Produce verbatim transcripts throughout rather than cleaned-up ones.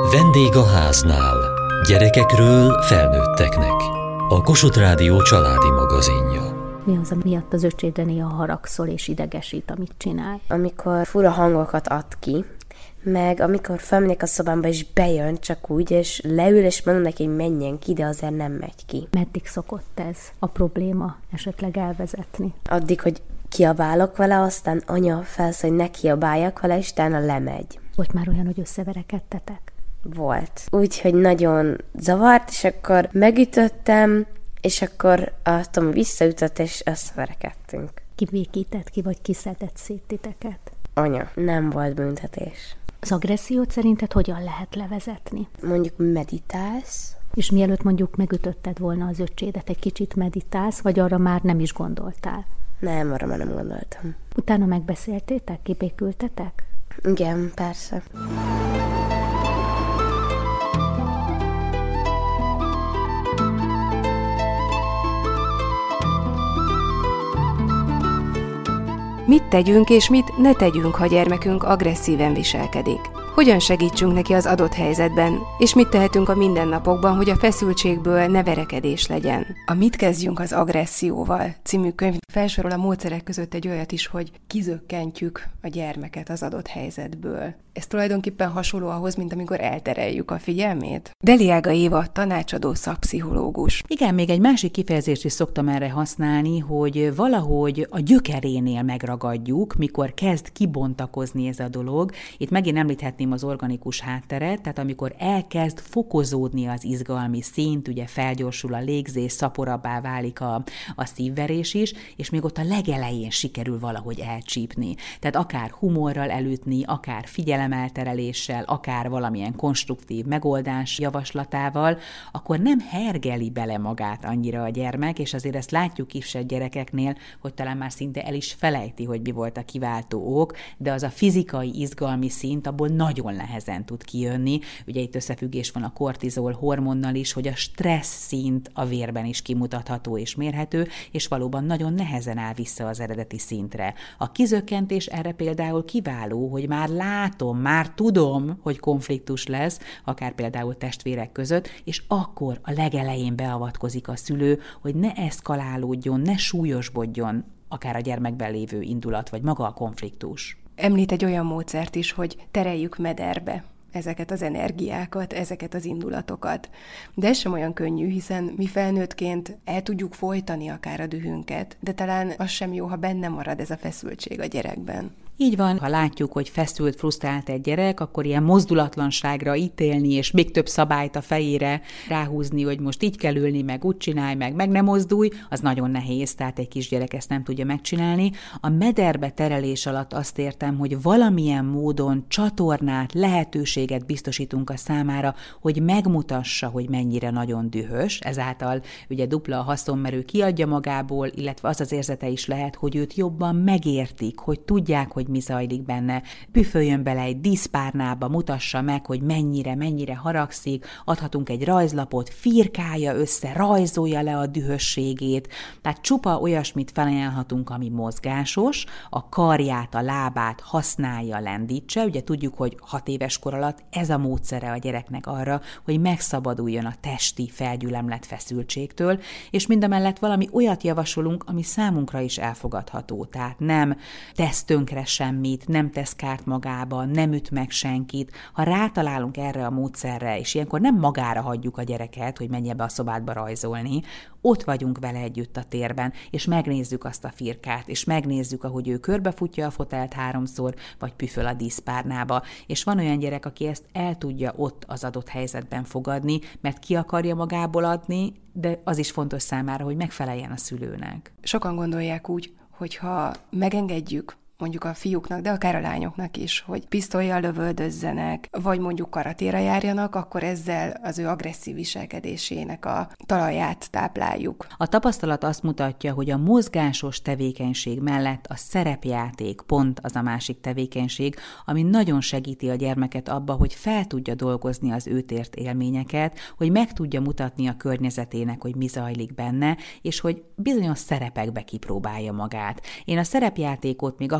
Vendég a háznál. Gyerekekről felnőtteknek. A Kossuth Rádió családi magazinja. Mi az, miatt az öcsédre néha haragszol és idegesít, amit csinál? Amikor fura hangokat ad ki, meg amikor felmegyek a szobámba, és bejön csak úgy, és leül, és mondom neki, hogy menjen ki, de azért nem megy ki. Meddig szokott ez a probléma esetleg elvezetni? Addig, hogy kiabálok vele, aztán anya felszól, hogy ne kiabáljak vele, és utána lemegy. Volt már olyan, hogy összeverekedtetek? Volt. Úgyhogy nagyon zavart, és akkor megütöttem, és akkor a Tomi visszaütött, és összeverekedtünk. Ki békített ki, vagy kiszedett szét titeket? Anya, nem volt büntetés. Az agressziót szerinted hogyan lehet levezetni? Mondjuk meditálsz. És mielőtt mondjuk megütötted volna az öccsédet, egy kicsit meditálsz, vagy arra már nem is gondoltál? Nem, arra már nem gondoltam. Utána megbeszéltétek, kibékültetek? Igen, persze. Mit tegyünk és mit ne tegyünk, ha gyermekünk agresszíven viselkedik? Hogyan segítsünk neki az adott helyzetben, és mit tehetünk a mindennapokban, hogy a feszültségből ne verekedés legyen? A Mit kezdjünk az agresszióval című könyv felsorol a módszerek között egy olyat is, hogy kizökkentjük a gyermeket az adott helyzetből. Ez tulajdonképpen hasonló ahhoz, mint amikor eltereljük a figyelmét. Deliága Éva, tanácsadó szakpszichológus. Igen, még egy másik kifejezést is szoktam erre használni, hogy valahogy a gyökerénél megragadjuk, mikor kezd kibontakozni ez a dolog. Itt megint említhetném az organikus hátteret, tehát amikor elkezd fokozódni az izgalmi szint, ugye felgyorsul a légzés, szaporabbá válik a, a szívverés is, és még ott a legelején sikerül valahogy elcsípni. Tehát akár humorral elütni, akár figyelemeltereléssel, akár valamilyen konstruktív megoldás javaslatával, akkor nem hergeli bele magát annyira a gyermek, és azért ezt látjuk kisebb gyerekeknél, hogy talán már szinte el is felejti, hogy mi volt a kiváltó ok, de az a fizikai izgalmi szint abból nagyon nehezen tud kijönni. Ugye itt összefüggés van a kortizol hormonnal is, hogy a stressz szint a vérben is kimutatható és mérhető, és valóban nagyon nehezen áll vissza az eredeti szintre. A kizökkentés erre például kiváló, hogy már látom, már tudom, hogy konfliktus lesz, akár például testvérek között, és akkor a legelején beavatkozik a szülő, hogy ne eszkalálódjon, ne súlyosbodjon akár a gyermekben lévő indulat, vagy maga a konfliktus. Említ egy olyan módszert is, hogy tereljük mederbe ezeket az energiákat, ezeket az indulatokat. De ez sem olyan könnyű, hiszen mi felnőttként el tudjuk folytani akár a dühünket, de talán az sem jó, ha benne marad ez a feszültség a gyerekben. Így van, ha látjuk, hogy feszült, frusztrált egy gyerek, akkor ilyen mozdulatlanságra ítélni, és még több szabályt a fejére ráhúzni, hogy most így kell ülni, meg úgy csinálj, meg meg nem mozdulj, az nagyon nehéz, tehát egy kisgyerek ezt nem tudja megcsinálni. A mederbe terelés alatt azt értem, hogy valamilyen módon csatornát, lehetőséget biztosítunk a számára, hogy megmutassa, hogy mennyire nagyon dühös, ezáltal ugye dupla a haszonmerő kiadja magából, illetve az az érzete is lehet, hogy őt jobban megértik, hogy tudják, hogy mi zajlik benne. Püföljön bele egy díszpárnába, mutassa meg, hogy mennyire, mennyire haragszik, adhatunk egy rajzlapot, firkálja össze, rajzolja le a dühösségét, tehát csupa olyasmit felajánlhatunk, ami mozgásos, a karját, a lábát használja, lendítse, ugye tudjuk, hogy hat éves kor alatt ez a módszere a gyereknek arra, hogy megszabaduljon a testi felgyülemlett feszültségtől, és mindamellett valami olyat javasolunk, ami számunkra is elfogadható, tehát nem tesz tönkre semmit, nem tesz kárt magába, nem üt meg senkit. Ha rátalálunk erre a módszerre, és ilyenkor nem magára hagyjuk a gyereket, hogy menjen be a szobádba rajzolni, ott vagyunk vele együtt a térben, és megnézzük azt a firkát, és megnézzük, ahogy ő körbefutja a fotelt háromszor, vagy püföl a díszpárnába. És van olyan gyerek, aki ezt el tudja ott az adott helyzetben fogadni, mert ki akarja magából adni, de az is fontos számára, hogy megfeleljen a szülőnek. Sokan gondolják úgy, hogyha megengedjük mondjuk a fiúknak, de akár a lányoknak is, hogy pisztollyal lövöldözzenek, vagy mondjuk karatéra járjanak, akkor ezzel az ő agresszív viselkedésének a talaját tápláljuk. A tapasztalat azt mutatja, hogy a mozgásos tevékenység mellett a szerepjáték pont az a másik tevékenység, ami nagyon segíti a gyermeket abba, hogy fel tudja dolgozni az őt ért élményeket, hogy meg tudja mutatni a környezetének, hogy mi zajlik benne, és hogy bizonyos szerepekbe kipróbálja magát. Én a szerepjátékot még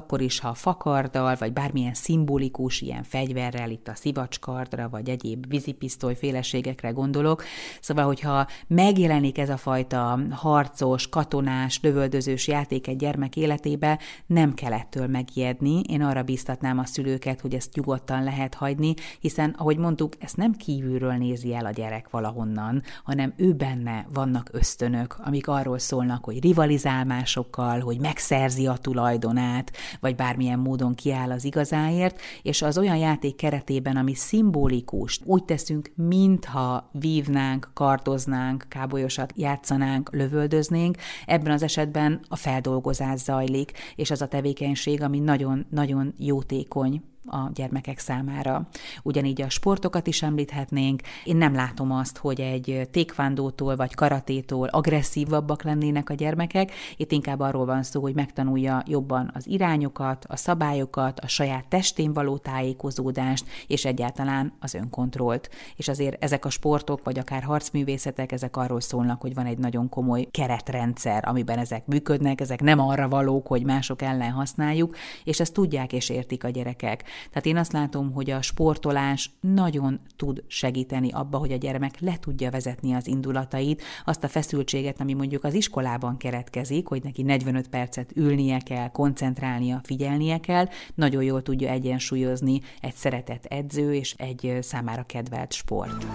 akkor is, ha fakarddal, vagy bármilyen szimbolikus ilyen fegyverrel, itt a szivacskardra, vagy egyéb vízipisztoly féleségekre gondolok. Szóval, hogyha megjelenik ez a fajta harcos, katonás, lövöldözős játék egy gyermek életébe, nem kell ettől megijedni. Én arra bíztatnám a szülőket, hogy ezt nyugodtan lehet hagyni, hiszen, ahogy mondtuk, ezt nem kívülről nézi el a gyerek valahonnan, hanem ő benne vannak ösztönök, amik arról szólnak, hogy rivalizál másokkal, hogy megszerzi a tulajdonát, vagy bármilyen módon kiáll az igazáért, és az olyan játék keretében, ami szimbolikus, úgy teszünk, mintha vívnánk, kardoznánk, kábolyosat játszanánk, lövöldöznénk, ebben az esetben a feldolgozás zajlik, és az a tevékenység, ami nagyon-nagyon jótékony a gyermekek számára. Ugyanígy a sportokat is említhetnénk. Én nem látom azt, hogy egy taekwondótól vagy karatétól agresszívabbak lennének a gyermekek. Itt inkább arról van szó, hogy megtanulja jobban az irányokat, a szabályokat, a saját testén való tájékozódást, és egyáltalán az önkontrollt. És azért ezek a sportok, vagy akár harcművészetek, ezek arról szólnak, hogy van egy nagyon komoly keretrendszer, amiben ezek működnek, ezek nem arra valók, hogy mások ellen használjuk, és ezt tudják és értik a gyerekek. Tehát én azt látom, hogy a sportolás nagyon tud segíteni abba, hogy a gyermek le tudja vezetni az indulatait, azt a feszültséget, ami mondjuk az iskolában keretkezik, hogy neki negyvenöt percet ülnie kell, koncentrálnia, figyelnie kell, nagyon jól tudja egyensúlyozni egy szeretett edző és egy számára kedvelt sport.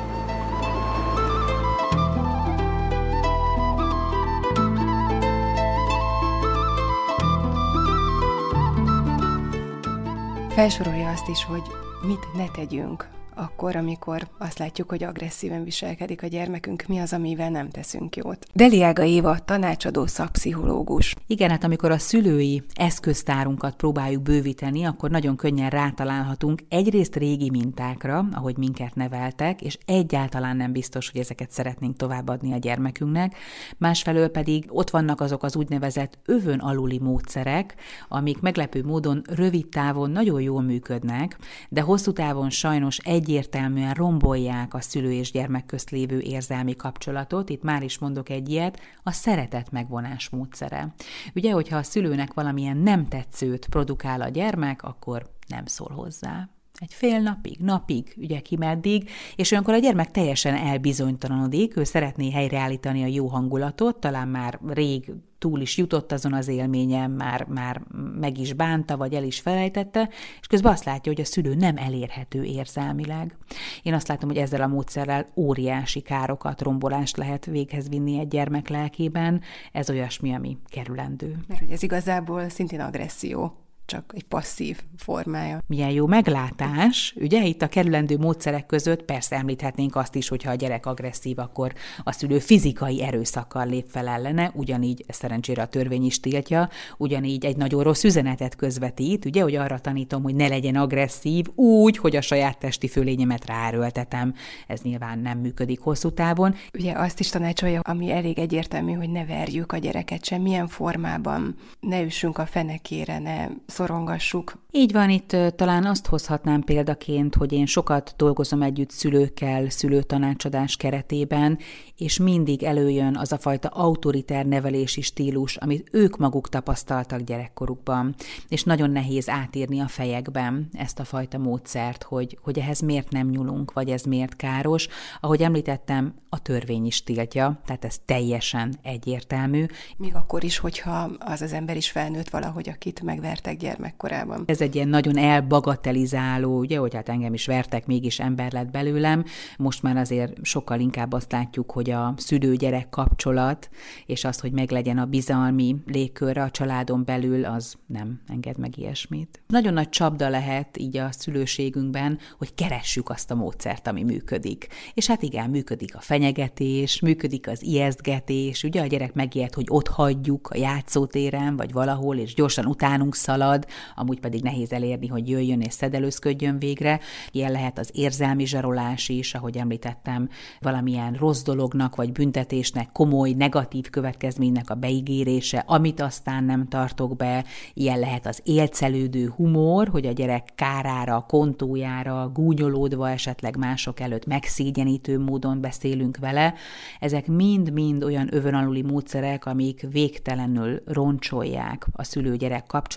Felsorolja azt is, hogy mit ne tegyünk akkor, amikor azt látjuk, hogy agresszíven viselkedik a gyermekünk, mi az, amivel nem teszünk jót. Deliága Éva, tanácsadó szakpszichológus. Igen, hát amikor a szülői eszköztárunkat próbáljuk bővíteni, akkor nagyon könnyen rátalálhatunk egyrészt régi mintákra, ahogy minket neveltek, és egyáltalán nem biztos, hogy ezeket szeretnénk továbbadni a gyermekünknek. Másfelől pedig ott vannak azok az úgynevezett övön aluli módszerek, amik meglepő módon rövid távon nagyon jól működnek, de hosszú távon sajnos egy egyértelműen rombolják a szülő és gyermek közt lévő érzelmi kapcsolatot. Itt már is mondok egy ilyet, a szeretet megvonás módszere. Ugye, hogyha a szülőnek valamilyen nem tetszőt produkál a gyermek, akkor nem szól hozzá. Egy fél napig, napig, ugye ki meddig, és olyankor a gyermek teljesen elbizonytalanodik, ő szeretné helyreállítani a jó hangulatot, talán már rég túl is jutott azon az élményen, már, már meg is bánta, vagy el is felejtette, és közben azt látja, hogy a szülő nem elérhető érzelmileg. Én azt látom, hogy ezzel a módszerrel óriási károkat, rombolást lehet véghez vinni egy gyermek lelkében, ez olyasmi, ami kerülendő. Mert hogy ez igazából szintén agresszió, csak egy passzív formája. Milyen jó meglátás, ugye? Itt a kerülendő módszerek között persze említhetnénk azt is, hogyha a gyerek agresszív, akkor a szülő fizikai erőszakkal lép fel ellene, ugyanígy szerencsére a törvény is tiltja, ugyanígy egy nagyon rossz üzenetet közvetít, ugye, hogy arra tanítom, hogy ne legyen agresszív, úgy, hogy a saját testi fölényemet ráerőltetem. Ez nyilván nem működik hosszú távon. Ugye azt is tanácsolja, ami elég egyértelmű, hogy ne verjük a gyereket semmilyen formában, ne üssünk a fenekére, ne szorongassuk. Így van, itt talán azt hozhatnám példaként, hogy én sokat dolgozom együtt szülőkkel, szülőtanácsadás keretében, és mindig előjön az a fajta autoriter nevelési stílus, amit ők maguk tapasztaltak gyerekkorukban, és nagyon nehéz átírni a fejekben ezt a fajta módszert, hogy, hogy ehhez miért nem nyúlunk, vagy ez miért káros. Ahogy említettem, a törvény is tiltja, tehát ez teljesen egyértelmű. Még akkor is, hogyha az az ember is felnőtt valahogy, akit megvertek gyermekkorában. Ez egy ilyen nagyon elbagatelizáló, ugye, hogy hát engem is vertek, mégis ember lett belőlem. Most már azért sokkal inkább azt látjuk, hogy a szülő-gyerek kapcsolat, és az, hogy meglegyen a bizalmi légkörre a családon belül, az nem enged meg ilyesmit. Nagyon nagy csapda lehet így a szülőségünkben, hogy keressük azt a módszert, ami működik. És hát igen, működik a fenyegetés, működik az ijesztgetés, ugye a gyerek megijed, hogy ott hagyjuk a játszótéren, vagy valahol, és gyorsan utánunk szalad, amúgy pedig nehéz elérni, hogy jöjjön és szedelőzködjön végre. Ilyen lehet az érzelmi zsarolás is, ahogy említettem, valamilyen rossz dolognak vagy büntetésnek, komoly, negatív következménynek a beígérése, amit aztán nem tartok be. Ilyen lehet az élcelődő humor, hogy a gyerek kárára, kontójára, gúnyolódva esetleg mások előtt megszégyenítő módon beszélünk vele. Ezek mind-mind olyan övön aluli módszerek, amik végtelenül roncsolják a szülő-gyerek kapcsolatot,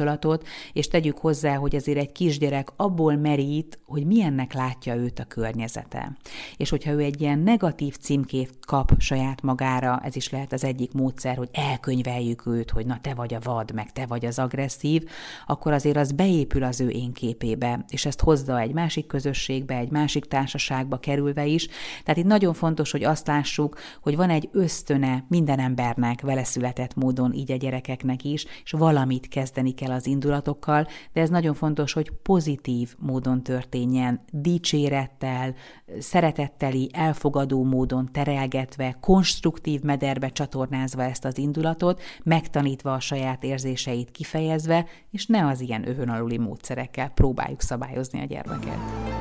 indulatot, és tegyük hozzá, hogy azért egy kisgyerek abból merít, hogy milyennek látja őt a környezete. És hogyha ő egy ilyen negatív címkét kap saját magára, ez is lehet az egyik módszer, hogy elkönyveljük őt, hogy na te vagy a vad, meg te vagy az agresszív, akkor azért az beépül az ő énképébe, és ezt hozza egy másik közösségbe, egy másik társaságba kerülve is. Tehát itt nagyon fontos, hogy azt lássuk, hogy van egy ösztöne minden embernek vele született módon, így a gyerekeknek is, és valamit kezdeni kell az indulatokkal, de ez nagyon fontos, hogy pozitív módon történjen, dicsérettel, szeretetteli, elfogadó módon terelgetve, konstruktív mederbe csatornázva ezt az indulatot, megtanítva a saját érzéseit kifejezve, és ne az ilyen övön aluli módszerekkel próbáljuk szabályozni a gyermeket.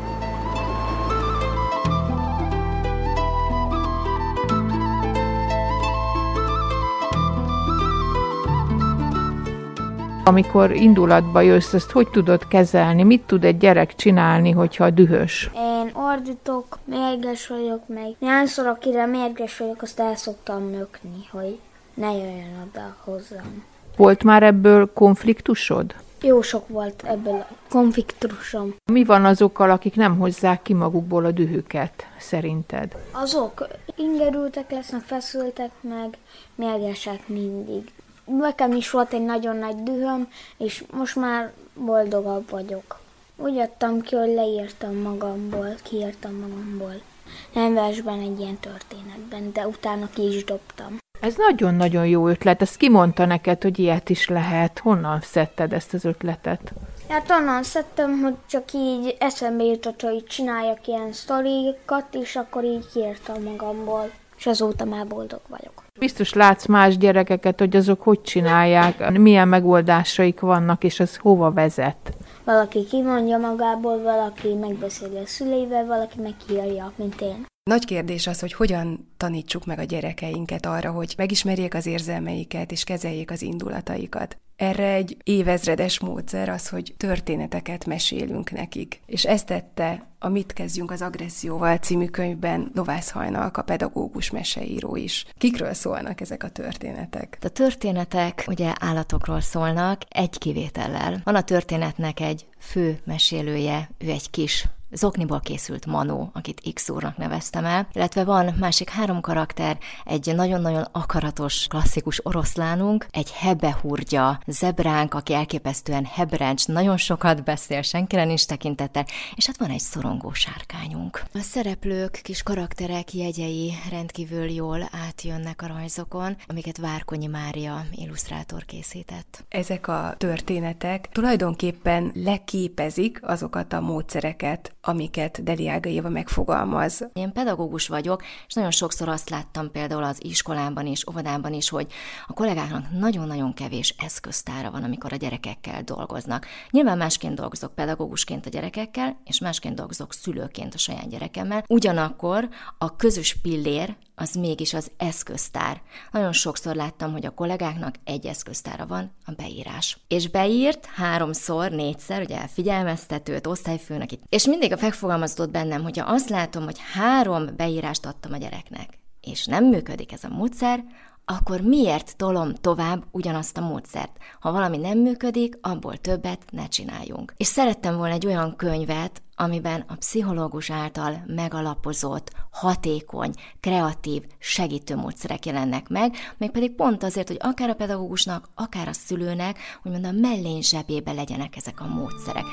Amikor indulatba jössz, ezt hogy tudod kezelni? Mit tud egy gyerek csinálni, hogyha dühös? Én ordítok, mérges vagyok, meg nyánszor, akire mérges vagyok, azt el szoktam nökni, hogy ne jöjjön oda hozzám. Volt már ebből konfliktusod? Jó sok volt ebből a konfliktusom. Mi van azokkal, akik nem hozzák ki magukból a dühüket, szerinted? Azok ingerültek lesznek, feszültek meg, mérgesek mindig. Nekem is volt egy nagyon nagy dühöm, és most már boldogabb vagyok. Úgy adtam ki, hogy leírtam magamból, kiírtam magamból. Nem versben, egy ilyen történetben, de utána ki is dobtam. Ez nagyon-nagyon jó ötlet. Ezt ki mondta neked, hogy ilyet is lehet? Honnan szedted ezt az ötletet? Hát onnan szedtem, hogy csak így eszembe jutott, hogy csináljak ilyen sztorikat, és akkor így kiírtam magamból. És azóta már boldog vagyok. Biztos látsz más gyerekeket, hogy azok hogy csinálják, milyen megoldásaik vannak, és az hova vezet? Valaki kimondja magából, valaki megbeszéli a szüleivel, valaki megírja, mint én. Nagy kérdés az, hogy hogyan tanítsuk meg a gyerekeinket arra, hogy megismerjék az érzelmeiket és kezeljék az indulataikat. Erre egy évezredes módszer az, hogy történeteket mesélünk nekik. És ezt tette a Mit kezdjünk az agresszióval című könyvben Lovász Hajnalka pedagógus meseíró is. Kikről szólnak ezek a történetek? A történetek ugye állatokról szólnak, egy kivétellel. Van a történetnek egy fő mesélője, ő egy kis zokniból készült Manó, akit X úrnak neveztem el, illetve van másik három karakter, egy nagyon-nagyon akaratos klasszikus oroszlánunk, egy hebehurgya zebránk, aki elképesztően hebrencs, nagyon sokat beszél, senkire nincs tekintete, és hát van egy szorongó sárkányunk. A szereplők, kis karakterek jegyei rendkívül jól átjönnek a rajzokon, amiket Várkonyi Mária illusztrátor készített. Ezek a történetek tulajdonképpen leképezik azokat a módszereket, amiket Deliága Éva megfogalmaz. Én pedagógus vagyok, és nagyon sokszor azt láttam például az iskolában is, óvodában is, hogy a kollégáknak nagyon-nagyon kevés eszköztára van, amikor a gyerekekkel dolgoznak. Nyilván másként dolgozok pedagógusként a gyerekekkel, és másként dolgozok szülőként a saját gyerekemmel. Ugyanakkor a közös pillér az mégis az eszköztár. Nagyon sokszor láttam, hogy a kollégáknak egy eszköztára van, a beírás. És beírt háromszor, négyszer, ugye figyelmeztetőt, osztályfőnök, és mindig a megfogalmazódott bennem, hogyha azt látom, hogy három beírást adtam a gyereknek, és nem működik ez a módszer, akkor miért tolom tovább ugyanazt a módszert? Ha valami nem működik, abból többet ne csináljunk. És szerettem volna egy olyan könyvet, amiben a pszichológus által megalapozott, hatékony, kreatív segítőmódszerek jelennek meg, mégpedig pont azért, hogy akár a pedagógusnak, akár a szülőnek, úgymond a mellény zsebébe legyenek ezek a módszerek.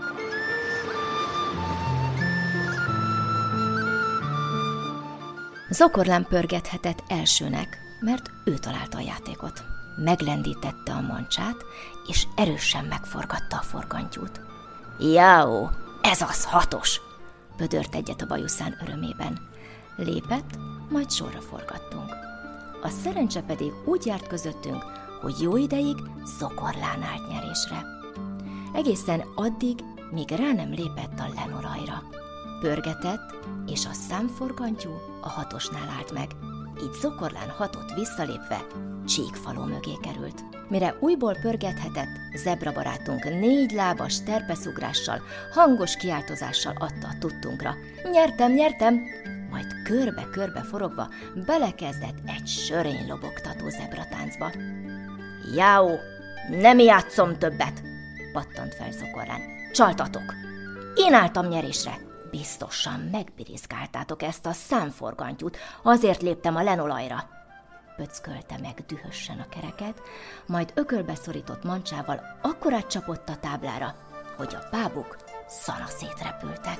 Zokorlán pörgethetett elsőnek, mert ő találta a játékot. Meglendítette a mancsát, és erősen megforgatta a forgantyút. Jáó, ez az hatos! Pödört egyet a bajuszán örömében. Lépett, majd sorra forgattunk. A szerencse pedig úgy járt közöttünk, hogy jó ideig Zokorlán állt nyerésre. Egészen addig, míg rá nem lépett a lenorajra. Pörgetett, és a számforgantyú a hatosnál állt meg. Így Zokorlán hatot visszalépve csíkfaló mögé került. Mire újból pörgethetett, zebrabarátunk négy lábas terpeszugrással, hangos kiáltozással adta a tudtunkra. Nyertem, nyertem! Majd körbe-körbe forogva belekezdett egy sörény lobogtató zebratáncba. Jáó, nem játszom többet! pattant fel Zokorlán. Csaltatok! Én álltam nyerésre. Biztosan megbirizgáltátok ezt a számforgantyút, azért léptem a lenolajra. Pöckölte meg dühösen a kereket, majd ökölbe szorított mancsával akkorát csapott a táblára, hogy a bábuk szanaszét repültek.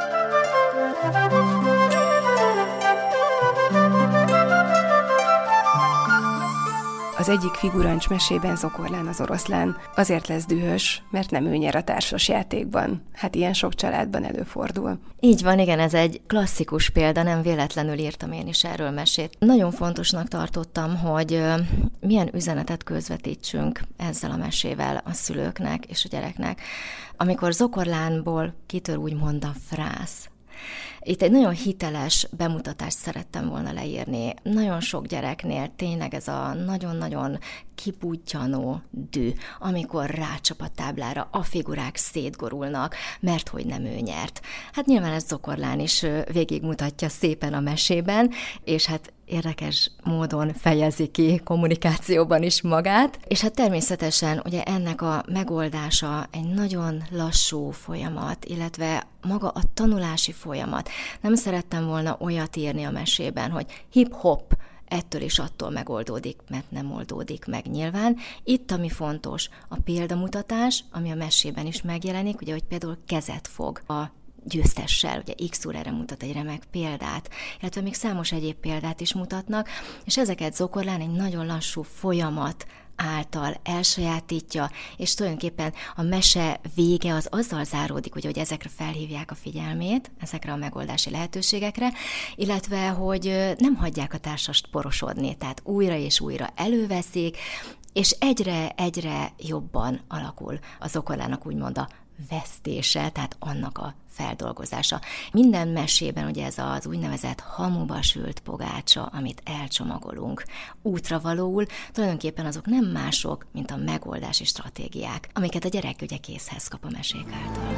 Az egyik figurancs mesében Zokorlán az oroszlán azért lesz dühös, mert nem ő nyer a társas játékban. Hát ilyen sok családban előfordul. Így van, igen, ez egy klasszikus példa, nem véletlenül írtam én is erről mesét. Nagyon fontosnak tartottam, hogy milyen üzenetet közvetítsünk ezzel a mesével a szülőknek és a gyereknek. Amikor Zokorlánból kitör úgymond a frász. Itt egy nagyon hiteles bemutatást szerettem volna leírni. Nagyon sok gyereknél tényleg ez a nagyon-nagyon kibudjanó dű, amikor rácsap a táblára, a figurák szétgorulnak, mert hogy nem ő nyert. Hát nyilván ez Zokorlán is végigmutatja szépen a mesében, és hát érdekes módon fejezi ki kommunikációban is magát, és hát természetesen ugye ennek a megoldása egy nagyon lassú folyamat, illetve maga a tanulási folyamat. Nem szerettem volna olyat írni a mesében, hogy hip-hop, ettől és attól megoldódik, mert nem oldódik meg nyilván. Itt, ami fontos, a példamutatás, ami a mesében is megjelenik, ugye, hogy például kezet fog a győztessel, ugye X úr erre mutat egy remek példát, illetve még számos egyéb példát is mutatnak, és ezeket Zokorlán egy nagyon lassú folyamat által elsajátítja, és tulajdonképpen a mese vége az azzal záródik, ugye, hogy ezekre felhívják a figyelmét, ezekre a megoldási lehetőségekre, illetve, hogy nem hagyják a társast porosodni, tehát újra és újra előveszik, és egyre-egyre jobban alakul a Zokorlának úgymond a vesztése, tehát annak a feldolgozása. Minden mesében ugye ez az úgynevezett hamuba sült pogácsa, amit elcsomagolunk útravalóul, tulajdonképpen azok nem mások, mint a megoldási stratégiák, amiket a gyerek ugye készhez kap a mesék által.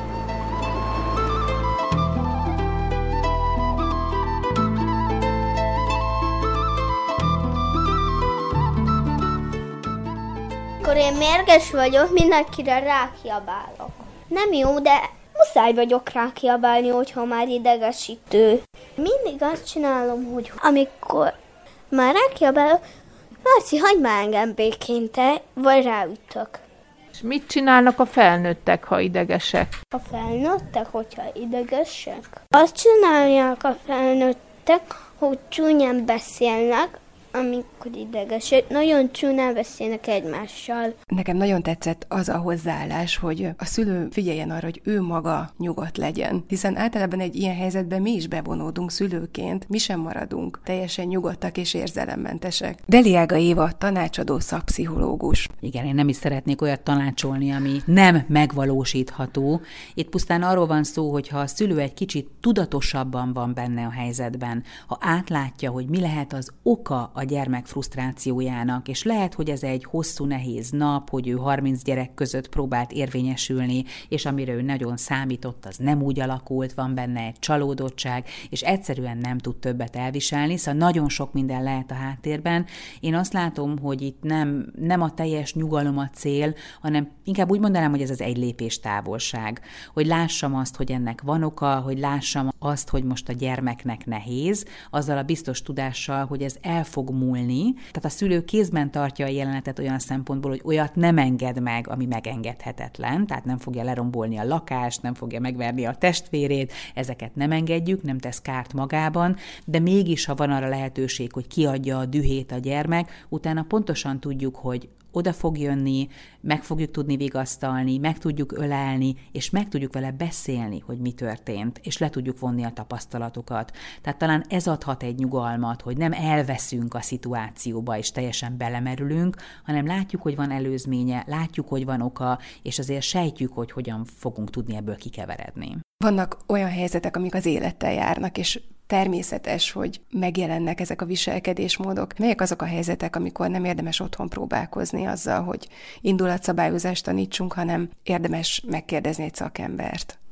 Amikor én mérges vagyok, mindenkire rákiabálok. Nem jó, de muszáj vagyok rákiabálni, hogyha már idegesítő. Mindig azt csinálom, hogy amikor már rákiabálok, Marci, hagyd már engem békén, te, vagy ráütök. És mit csinálnak a felnőttek, ha idegesek? A felnőttek, hogyha idegesek? Azt csinálják a felnőttek, hogy csúnyán beszélnek, amikor idegesek, nagyon csúnyán beszélnek egymással. Nekem nagyon tetszett az a hozzáállás, hogy a szülő figyeljen arra, hogy ő maga nyugodt legyen. Hiszen általában egy ilyen helyzetben mi is bevonódunk szülőként, mi sem maradunk teljesen nyugodtak és érzelemmentesek. Deliága Éva, tanácsadó szakpszichológus. Igen, én nem is szeretnék olyat tanácsolni, ami nem megvalósítható. Itt pusztán arról van szó, hogy ha a szülő egy kicsit tudatosabban van benne a helyzetben, ha átlátja, hogy mi lehet az oka a gyermek frusztrációjának, és lehet, hogy ez egy hosszú, nehéz nap, hogy ő harminc gyerek között próbált érvényesülni, és amire ő nagyon számított, az nem úgy alakult, van benne egy csalódottság, és egyszerűen nem tud többet elviselni, szóval nagyon sok minden lehet a háttérben. Én azt látom, hogy itt nem, nem a teljes nyugalom a cél, hanem inkább úgy mondanám, hogy ez az egy lépés távolság. Hogy lássam azt, hogy ennek van oka, hogy lássam azt, hogy most a gyermeknek nehéz, azzal a biztos tudással, hogy ez el fog múlni. Tehát a szülő kézben tartja a jelenetet olyan szempontból, hogy olyat nem enged meg, ami megengedhetetlen, tehát nem fogja lerombolni a lakást, nem fogja megverni a testvérét, ezeket nem engedjük, nem tesz kárt magában, de mégis, ha van arra lehetőség, hogy kiadja a dühét a gyermek, utána pontosan tudjuk, hogy oda fog jönni, meg fogjuk tudni vigasztalni, meg tudjuk ölelni, és meg tudjuk vele beszélni, hogy mi történt, és le tudjuk vonni a tapasztalatokat. Tehát talán ez adhat egy nyugalmat, hogy nem elveszünk a szituációba, és teljesen belemerülünk, hanem látjuk, hogy van előzménye, látjuk, hogy van oka, és azért sejtjük, hogy hogyan fogunk tudni ebből kikeveredni. Vannak olyan helyzetek, amik az élettel járnak, és természetes, hogy megjelennek ezek a viselkedésmódok. Melyek azok a helyzetek, amikor nem érdemes otthon próbálkozni azzal, hogy indulatszabályozást tanítsunk, hanem érdemes megkérdezni egy szakembert?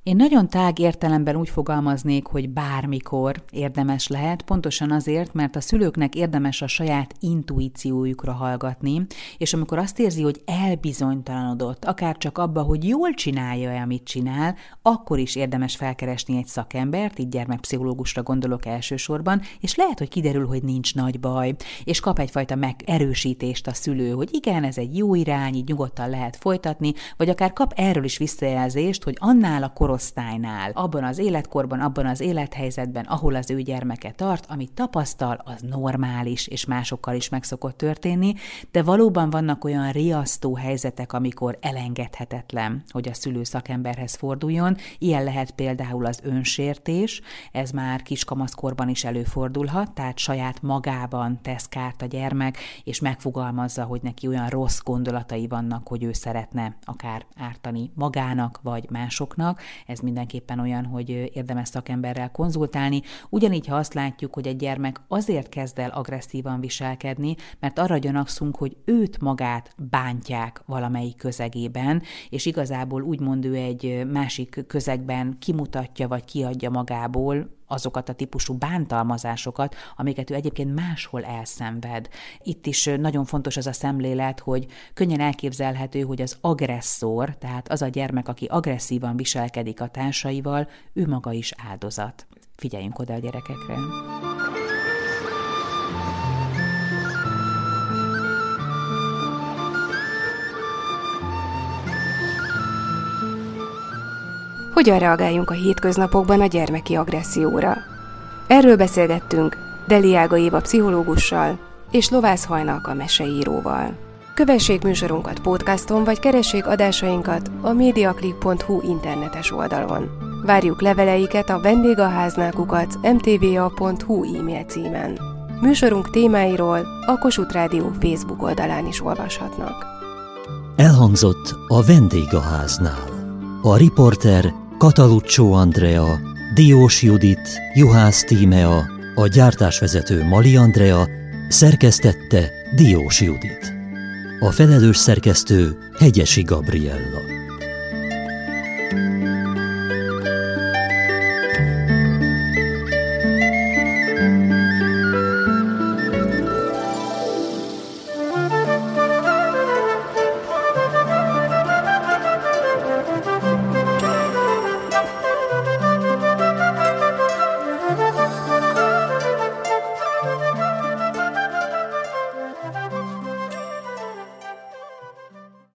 Én nagyon tág értelemben úgy fogalmaznék, hogy bármikor érdemes lehet, pontosan azért, mert a szülőknek érdemes a saját intuíciójukra hallgatni, és amikor azt érzi, hogy elbizonytalanodott, akár csak abba, hogy jól csinálja-e, amit csinál, akkor is érdemes felkeresni egy szakembert, így gyermekpszichológusra gondolok elsősorban, és lehet, hogy kiderül, hogy nincs nagy baj, és kap egyfajta megerősítést a szülő, hogy igen, ez egy jó irány, így nyugodtan lehet folytatni, vagy akár kap erről is visszajelzést, hogy annál a korosztálynál, abban az életkorban, abban az élethelyzetben, ahol az ő gyermeke tart, amit tapasztal, az normális, és másokkal is meg szokott történni, de valóban vannak olyan riasztó helyzetek, amikor elengedhetetlen, hogy a szülő szakemberhez forduljon. Ilyen lehet például az önsértés, ez már kiskamaszkorban is előfordulhat, tehát saját magában tesz kárt a gyermek, és megfogalmazza, hogy neki olyan rossz gondolatai vannak, hogy ő szeretne akár ártani magának, vagy másoknak. Ez mindenképpen olyan, hogy érdemes szakemberrel konzultálni. Ugyanígy, ha azt látjuk, hogy egy gyermek azért kezd el agresszívan viselkedni, mert arra gyanakszunk, hogy őt magát bántják valamelyik közegében, és igazából úgymond ő egy másik közegben kimutatja, vagy kiadja magából azokat a típusú bántalmazásokat, amiket ő egyébként máshol elszenved. Itt is nagyon fontos az a szemlélet, hogy könnyen elképzelhető, hogy az agresszor, tehát az a gyermek, aki agresszívan viselkedik a társaival, ő maga is áldozat. Figyeljünk oda a gyerekekre. Hogyan reagáljunk a hétköznapokban a gyermeki agresszióra? Erről beszélgettünk Deli Ága Éva pszichológussal és Lovász Hajnalka meseíróval. Kövessék műsorunkat podcaston, vagy keressék adásainkat a mediaclick pont hu internetes oldalon. Várjuk leveleiket a vendégháznál kukac em té vé á pont hu e-mail címen. Műsorunk témáiról a Kossuth Rádió Facebook oldalán is olvashatnak. Elhangzott a Vendégháznál. A riporter Kataluccio Andrea, Diós Judit, Juhász Tímea, a gyártásvezető Mali Andrea, szerkesztette Diós Judit. A felelős szerkesztő Hegyesi Gabriella.